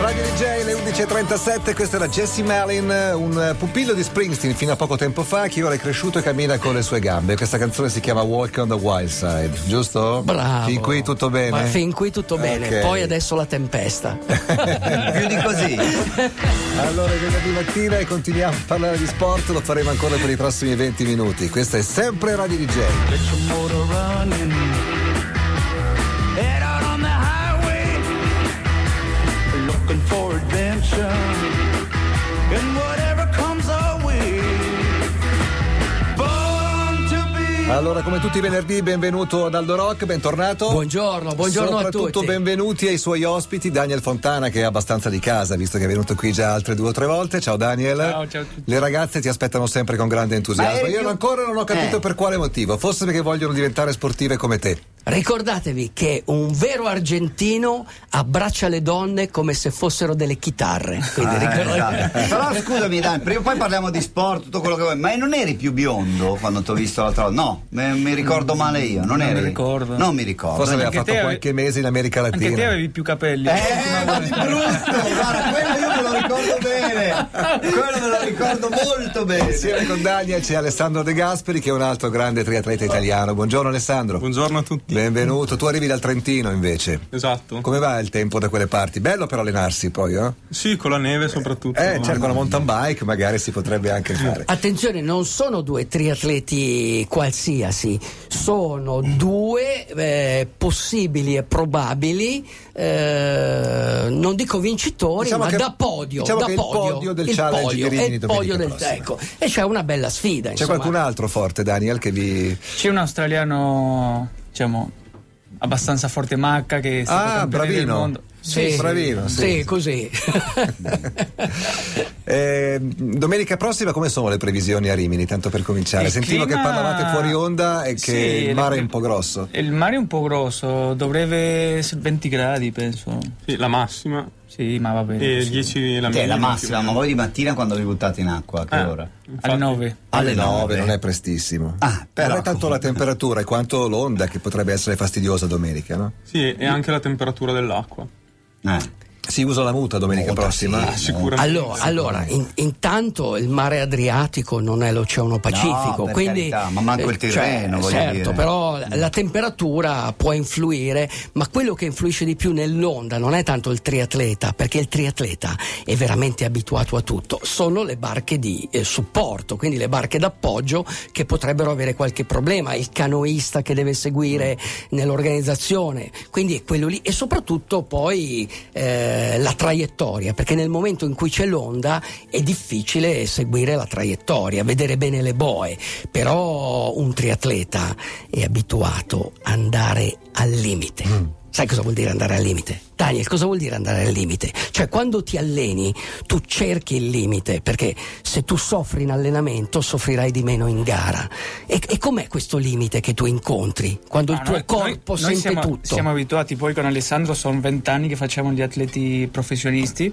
Radio DJ, le 11.37, questa era Jesse Malin, un pupillo di Springsteen fino a poco tempo fa, che ora è cresciuto e cammina con le sue gambe. Questa canzone si chiama Walk on the Wild Side, giusto? Bravo. Fin qui tutto bene? Ma fin qui tutto bene, Okay. Poi adesso la tempesta. Più di così. Allora è venerdì mattina e continuiamo a parlare di sport, lo faremo ancora per i prossimi 20 minuti. Questa è sempre Radio DJ. Head out on the highway, looking for adventure, and whatever comes our way. Born to be. Allora, come tutti i venerdì, benvenuto ad Aldo Rock, bentornato. Buongiorno a Soprattutto tutti. benvenuti ai suoi ospiti, Daniel Fontana, che è abbastanza di casa, visto che è venuto qui già altre 2 o 3 volte. Ciao Daniel. Ciao a tutti. Le ragazze ti aspettano sempre con grande entusiasmo. Io ancora non ho capito per quale motivo, forse perché vogliono diventare sportive come te. Ricordatevi che un vero argentino abbraccia le donne come se fossero delle chitarre. Quindi ricordatevi. Però scusami Dani, prima o poi parliamo di sport, tutto quello che vuoi, ma non eri più biondo quando ti ho visto l'altra volta? No, mi ricordo male io, non eri? mi ricordo. Non mi ricordo. Forse aveva Anche fatto te qualche mese in America Latina. Anche te avevi più capelli. Ma di brutto, guarda, quello io me lo ricordo bene. Quello me lo ricordo molto bene. Insieme con Daniel c'è Alessandro De Gasperi, che è un altro grande triatleta italiano. Buongiorno Alessandro. Buongiorno a tutti. Benvenuto. Tu arrivi dal Trentino invece. Esatto. Come va il tempo da quelle parti? Bello per allenarsi poi, eh? Sì, con la neve soprattutto. Certo, con la mountain bike magari si potrebbe anche fare. Attenzione, non sono 2 triatleti qualsiasi, sono 2 possibili e probabili, non dico vincitori, Diciamo ma che- da podio. diciamo da che il podio del challenge di Rimini è il podio domenica del prossima. ecco. E c'è una bella sfida. C'è insomma. qualcun altro forte, Daniel, che vi... C'è un australiano, diciamo, abbastanza forte Macca che è stato campione del bravino. mondo. Sì, bravino, sì. così. Domenica prossima come sono le previsioni a Rimini, tanto per cominciare? Il Sentivo clima- che parlavate fuori onda e che Sì, il mare è un po' grosso. Il mare è un po' grosso, dovrebbe essere 20 gradi, penso. Sì, la massima Sì, ma va bene. e così. 10 la Che è minima. la massima, ma voi di mattina quando vi buttate in acqua? A che ora? Infatti, Alle 9. Alle 9 non è prestissimo. Però non è tanto la temperatura quanto l'onda che potrebbe essere fastidiosa domenica, no? Sì, e anche la temperatura dell'acqua. Si usa la muta domenica prossima? Ah, sicuramente. Allora intanto il mare Adriatico non è l'Oceano Pacifico, per quindi carità, ma manco il Tirreno, voglio certo, dire. però la temperatura può influire, ma quello che influisce di più nell'onda non è tanto il triatleta, perché il triatleta è veramente abituato a tutto, sono le barche di supporto, quindi le barche d'appoggio che potrebbero avere qualche problema, il canoista che deve seguire nell'organizzazione, quindi è quello lì, e soprattutto poi la traiettoria, perché nel momento in cui c'è l'onda è difficile seguire la traiettoria, vedere bene le boe, però un triatleta è abituato ad andare al limite. Sai cosa vuol dire andare al limite? Daniel, cosa vuol dire andare al limite? Cioè, quando ti alleni tu cerchi il limite, perché se tu soffri in allenamento soffrirai di meno in gara. E com'è questo limite che tu incontri quando il tuo corpo sente siamo, tutto? Siamo abituati, poi con Alessandro sono 20 anni che facciamo gli atleti professionisti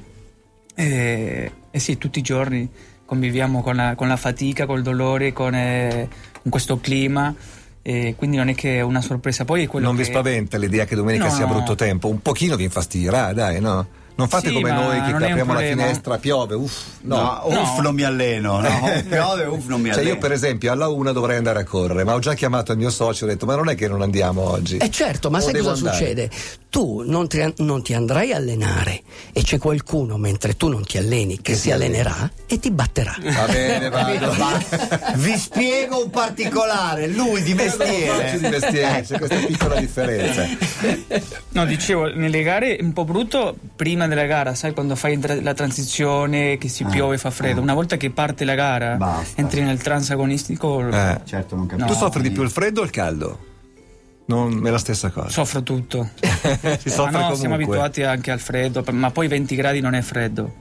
e sì, tutti i giorni conviviamo con la fatica, col dolore, con questo clima. E quindi non è che è una sorpresa. Poi è quello Non vi che... spaventa l'idea che domenica sia brutto tempo? Un pochino vi infastidirà, dai, no? Non fate Sì, come ma noi che non è un apriamo la problema. finestra, piove, No, non mi alleno, no? Piove, non mi alleno. Cioè io per esempio alla 1 dovrei andare a correre, ma ho già chiamato il mio socio e ho detto ma non è che non andiamo oggi. Certo, ma O sai devo cosa andare? succede? Tu non ti andrai a allenare e c'è qualcuno mentre tu non ti alleni che si allenerà e ti batterà. Va bene, vado. Vi spiego un particolare, lui di Faccio di mestiere. mestiere, c'è questa piccola differenza. No, dicevo, nelle gare è un po' brutto prima della gara, sai, quando fai la transizione, che si piove, fa freddo. Una volta che parte la gara, Basta. entri nel transagonistico, Certo, non capisco. Tu soffri di più il freddo o il caldo? Non è la stessa cosa. soffro tutto. Si soffre no, comunque. siamo abituati anche al freddo, ma poi 20 gradi non è freddo.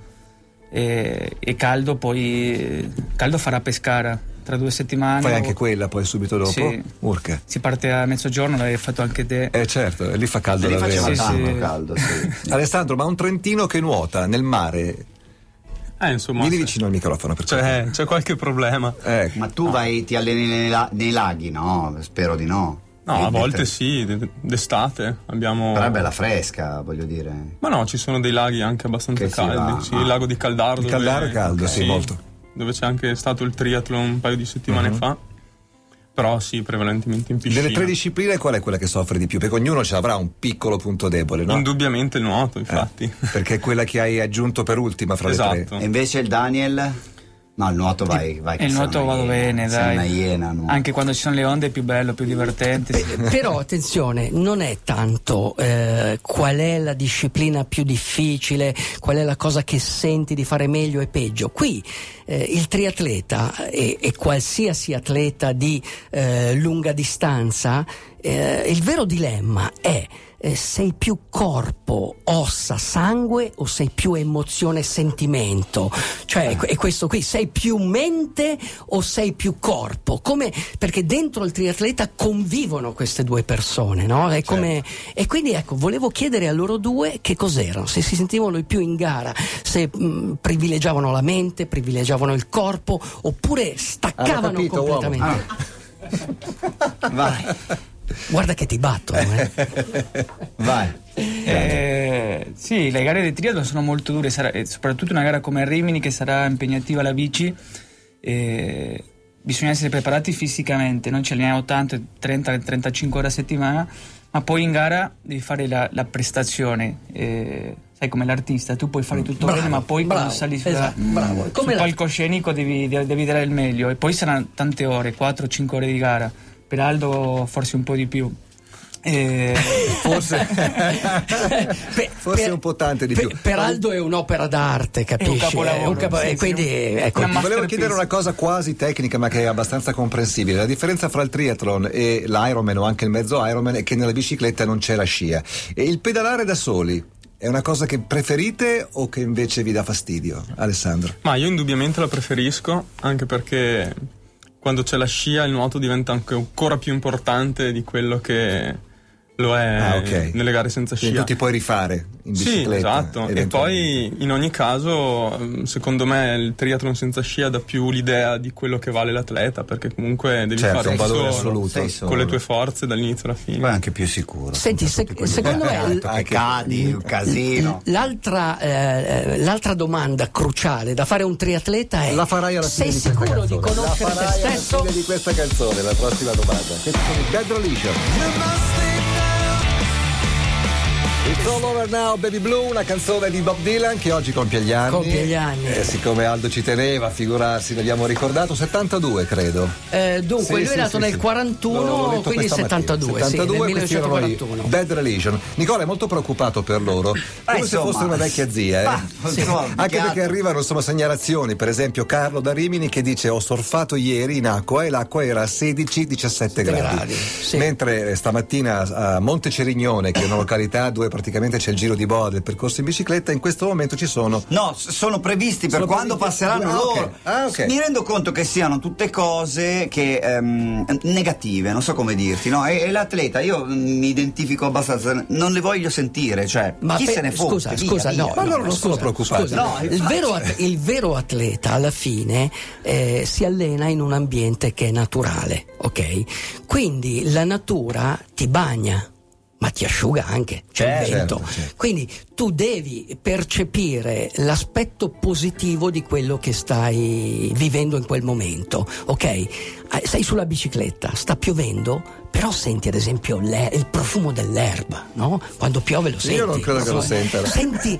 E caldo, poi caldo farà Pescara tra 2 settimane. Fai anche quella poi subito dopo? Sì. Urca. Si parte a mezzogiorno, l'hai fatto anche te. Certo, e lì fa caldo Lì davvero. faceva Sì, tanto sì. caldo, sì. Alessandro, ma un trentino che nuota nel mare, Insomma, vieni vicino al microfono per c'è qualche problema. Ma tu ti alleni nei laghi? No, spero di no. No, a volte sì, d'estate abbiamo... Però è bella fresca, voglio dire. Ma no, ci sono dei laghi anche abbastanza Che si caldi. va. Sì, il lago di Caldaro. Il Caldaro è caldo, sì, molto. Dove c'è anche stato il triathlon un paio di settimane fa. Però sì, prevalentemente in piscina. Delle tre discipline qual è quella che soffre di più? Perché ognuno ci avrà un piccolo punto debole, no? Indubbiamente il nuoto, infatti. Perché è quella che hai aggiunto per ultima fra le tre. E invece il Daniel? No, il nuoto vai che il sei nuoto una vado iena, bene, sei dai. una iena, no? Anche quando ci sono le onde è più bello, più divertente. Però attenzione, non è tanto qual è la disciplina più difficile, qual è la cosa che senti di fare meglio e peggio. Qui il triatleta e qualsiasi atleta di lunga distanza, il vero dilemma è sei più corpo, ossa, sangue o sei più emozione, sentimento? Cioè è questo qui, sei più mente o sei più corpo? Come, perché dentro il triatleta convivono queste due persone, no? È come, e quindi ecco, volevo chiedere a loro due che cos'erano, se si sentivano di più in gara, se privilegiavano la mente, privilegiavano il corpo oppure staccavano capito, completamente. Vai. Guarda che ti battono, Vai. Sì, le gare di triathlon sono molto dure, soprattutto una gara come a Rimini che sarà impegnativa la bici. Bisogna essere preparati fisicamente, noi ci alleniamo tanto, 30-35 ore a settimana, ma poi in gara devi fare la prestazione. Sai, come l'artista, tu puoi fare tutto bene, ma poi quando sali sul palcoscenico devi dare il meglio, e poi saranno tante ore, 4-5 ore di gara. Per Aldo forse un po' di più. Forse un po' tante di più. Per Aldo è un'opera d'arte, capisci? È un capolavoro, e quindi ecco. Ti volevo chiedere una cosa quasi tecnica ma che è abbastanza comprensibile. La differenza fra il triathlon e l'Ironman o anche il mezzo Ironman è che nella bicicletta non c'è la scia. E il pedalare da soli è una cosa che preferite o che invece vi dà fastidio, Alessandro? Ma io indubbiamente la preferisco, anche perché quando c'è la scia il nuoto diventa anche ancora più importante di quello che lo è nelle gare senza scia. Quindi tu ti puoi rifare in bicicletta. Sì, esatto. E poi in ogni caso secondo me il triathlon senza scia dà più l'idea di quello che vale l'atleta, perché comunque devi fare un valore solo assoluto con le tue forze dall'inizio alla fine. Poi è anche più sicuro. Senti, secondo me che cadi, un casino. L'altra domanda cruciale da fare a un triatleta è: la farai alla fine sei di questa sicuro di canzone. conoscere te stesso? Alla fine di questa canzone, la prossima domanda. Questi sono i Bad Religion. It's all over now, Baby Blue, una canzone di Bob Dylan che oggi compie gli anni. Compie gli anni. Siccome Aldo ci teneva a figurarsi, l'abbiamo ricordato, 72 credo. Dunque, lui è nato nel 41, quindi 72, sì, nel 1941. Bad Religion. Nicola è molto preoccupato per loro, come se fosse una vecchia zia. Anche perché arrivano segnalazioni, per esempio Carlo da Rimini che dice: ho surfato ieri in acqua e l'acqua era a 16-17 gradi. Sì. Mentre stamattina a Monte Cerignone, che è una località dove praticamente c'è il giro di boa del percorso in bicicletta, in questo momento ci sono. No, sono previsti per quando passeranno loro. Okay. Mi rendo conto che siano tutte cose che negative, non so come dirti, no? E l'atleta, io mi identifico abbastanza, non le voglio sentire, cioè, ma chi se ne fotte? Scusa, no, ma loro non sono preoccupati. No, il vero atleta alla fine si allena in un ambiente che è naturale, ok? Quindi la natura ti bagna, ma ti asciuga anche, c'è il vento. Certo. Quindi tu devi percepire l'aspetto positivo di quello che stai vivendo in quel momento, ok? Sei sulla bicicletta, sta piovendo, però senti ad esempio il profumo dell'erba, no? Quando piove lo senti. Io non credo che lo senta. Senti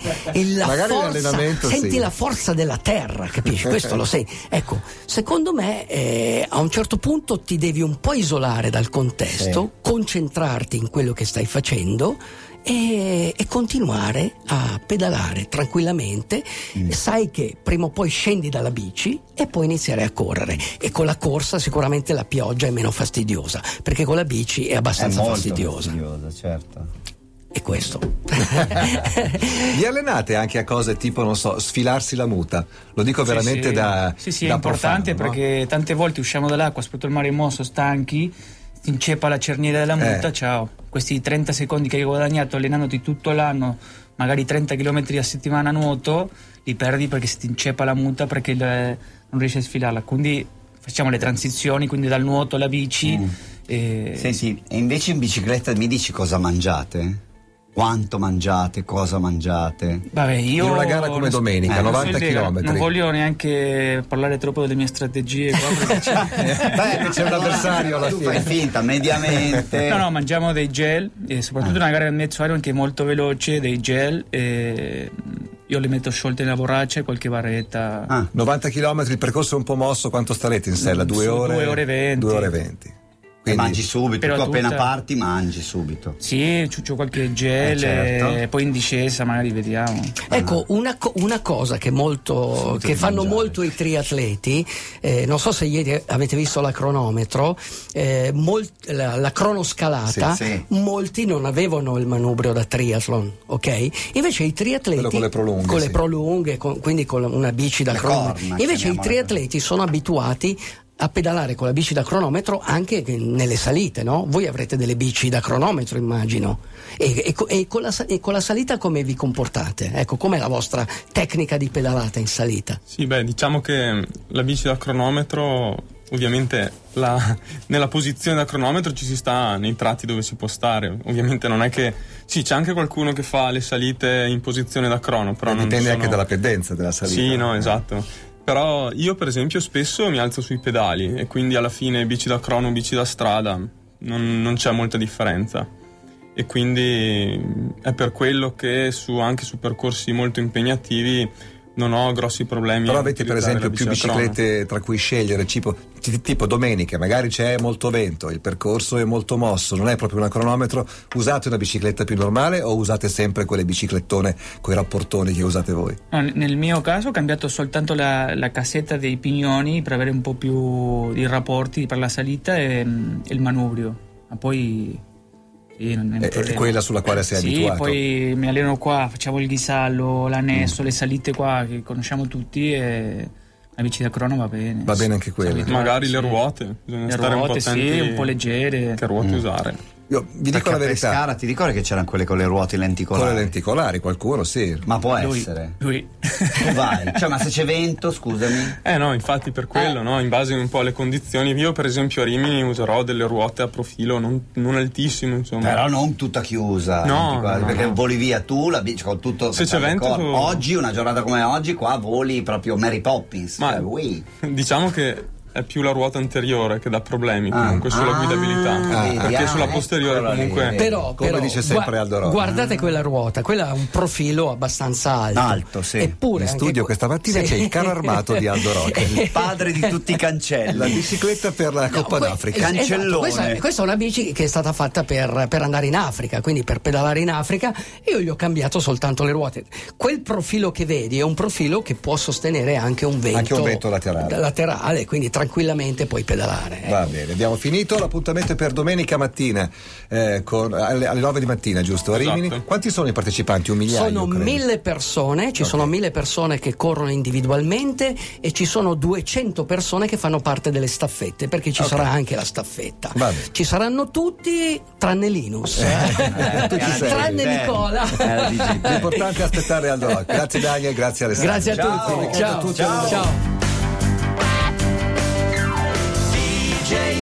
la forza della terra, capisci? Questo lo senti. Ecco, secondo me a un certo punto ti devi un po' isolare dal contesto, concentrarti in quello che stai facendo e continuare a pedalare tranquillamente. Sai che prima o poi scendi dalla bici e poi iniziare a correre, e con la corsa sicuramente la pioggia è meno fastidiosa, perché con la bici è abbastanza fastidiosa, certo. E questo. Vi allenate anche a cose tipo, non so, sfilarsi la muta? Lo dico veramente sì. da Sì, da è importante, profano, perché no? tante volte usciamo dall'acqua, soprattutto il mare mosso, stanchi, ti inceppa la cerniera della muta, ciao. Questi 30 secondi che hai guadagnato allenandoti tutto l'anno, magari 30 km a settimana a nuoto, li perdi perché si ti inceppa la muta, perché non riesci a sfilarla. Quindi facciamo le transizioni, quindi dal nuoto alla bici, Senti, e invece in bicicletta mi dici cosa mangiate? Quanto mangiate, cosa mangiate? Vabbè, io in una gara come domenica, 90 km. Non voglio neanche parlare troppo delle mie strategie qua, perché c'è un avversario alla fine. Fai finta, mediamente. No, mangiamo dei gel, e soprattutto una gara del mezzo Iron che è molto veloce, dei gel, e io li metto sciolte nella borraccia e qualche barretta. 90 km, il percorso è un po' mosso, quanto starete in sella? 2 ore? 2 ore 20. 2 ore 20. Quindi, e mangi subito, tu appena parti mangi subito. Sì, ciuccio qualche gel, certo. E poi in discesa magari vediamo. Ecco, una cosa che fanno molto i triatleti, non so se ieri avete visto la cronometro, la cronoscalata, sì. Molti non avevano il manubrio da triathlon, ok? Invece i triatleti quello con le prolunghe, quindi con una bici da cronometro. Invece i triatleti sono abituati a pedalare con la bici da cronometro anche nelle salite, no? Voi avrete delle bici da cronometro, immagino. E con la salita come vi comportate? Ecco, com'è la vostra tecnica di pedalata in salita? Sì, diciamo che la bici da cronometro, ovviamente nella posizione da cronometro ci si sta nei tratti dove si può stare. Ovviamente non è che... Sì, c'è anche qualcuno che fa le salite in posizione da crono, però non dipende anche dalla pendenza della salita. Sì, no, esatto. Però io per esempio spesso mi alzo sui pedali e quindi alla fine bici da crono, bici da strada non c'è molta differenza, e quindi è per quello che anche su percorsi molto impegnativi non ho grossi problemi. Però avete per esempio più biciclette tra cui scegliere, tipo domenica magari c'è molto vento, il percorso è molto mosso, non è proprio una cronometro, usate una bicicletta più normale o usate sempre quelle biciclettone coi rapportoni che usate voi? No, nel mio caso ho cambiato soltanto la cassetta dei pignoni per avere un po' più di rapporti per la salita e il manubrio, ma poi sì, non è quella sulla quale sei abituato. Sì, poi mi alleno qua, facciamo il ghisallo, l'annesso, le salite qua che conosciamo tutti, e la bici da crono va bene. Va bene anche quella. Magari le ruote, bisogna stare un po' attenti, un po' leggere. Che ruote usare. Io vi dico la verità. A Pescara ti ricordi che c'erano quelle con le ruote lenticolari? Con le lenticolari, qualcuno sì. Ma può essere. Lui. Vai. Cioè, ma se c'è vento, scusami. No, infatti per quello, no? In base un po' alle condizioni. Io per esempio a Rimini userò delle ruote a profilo non altissimo, insomma. Però non tutta chiusa. No, perché voli via tu la bici con tutto. Se c'è vento. Oggi, una giornata come oggi, qua voli proprio Mary Poppins. Ma diciamo che è più la ruota anteriore che dà problemi comunque sulla guidabilità, perché sulla posteriore comunque però come dice sempre Aldo Rocchi, guardate quella ruota, quella ha un profilo abbastanza alto, sì. Eppure in studio questa mattina c'è il carro armato di Aldo Rocchi, il padre di tutti i cancelli, la bicicletta per la Coppa d'Africa, cancellone. Esatto, questa è una bici che è stata fatta per andare in Africa, quindi per pedalare in Africa. Io gli ho cambiato soltanto le ruote. Quel profilo che vedi è un profilo che può sostenere anche un vento laterale, quindi tranquillamente puoi pedalare. Va bene, abbiamo finito. L'appuntamento è per domenica mattina alle 9 di mattina, giusto? A Rimini. Esatto. Quanti sono i partecipanti? 1 migliaio? Sono 1000 persone, sono 1000 persone che corrono individualmente e ci sono 200 persone che fanno parte delle staffette, perché ci sarà anche la staffetta. Ci saranno tutti tranne Linus, tranne Nicola. L'importante è aspettare Aldo Rocchi. Grazie Daniel, grazie Alessandro. Grazie a tutti. Ciao.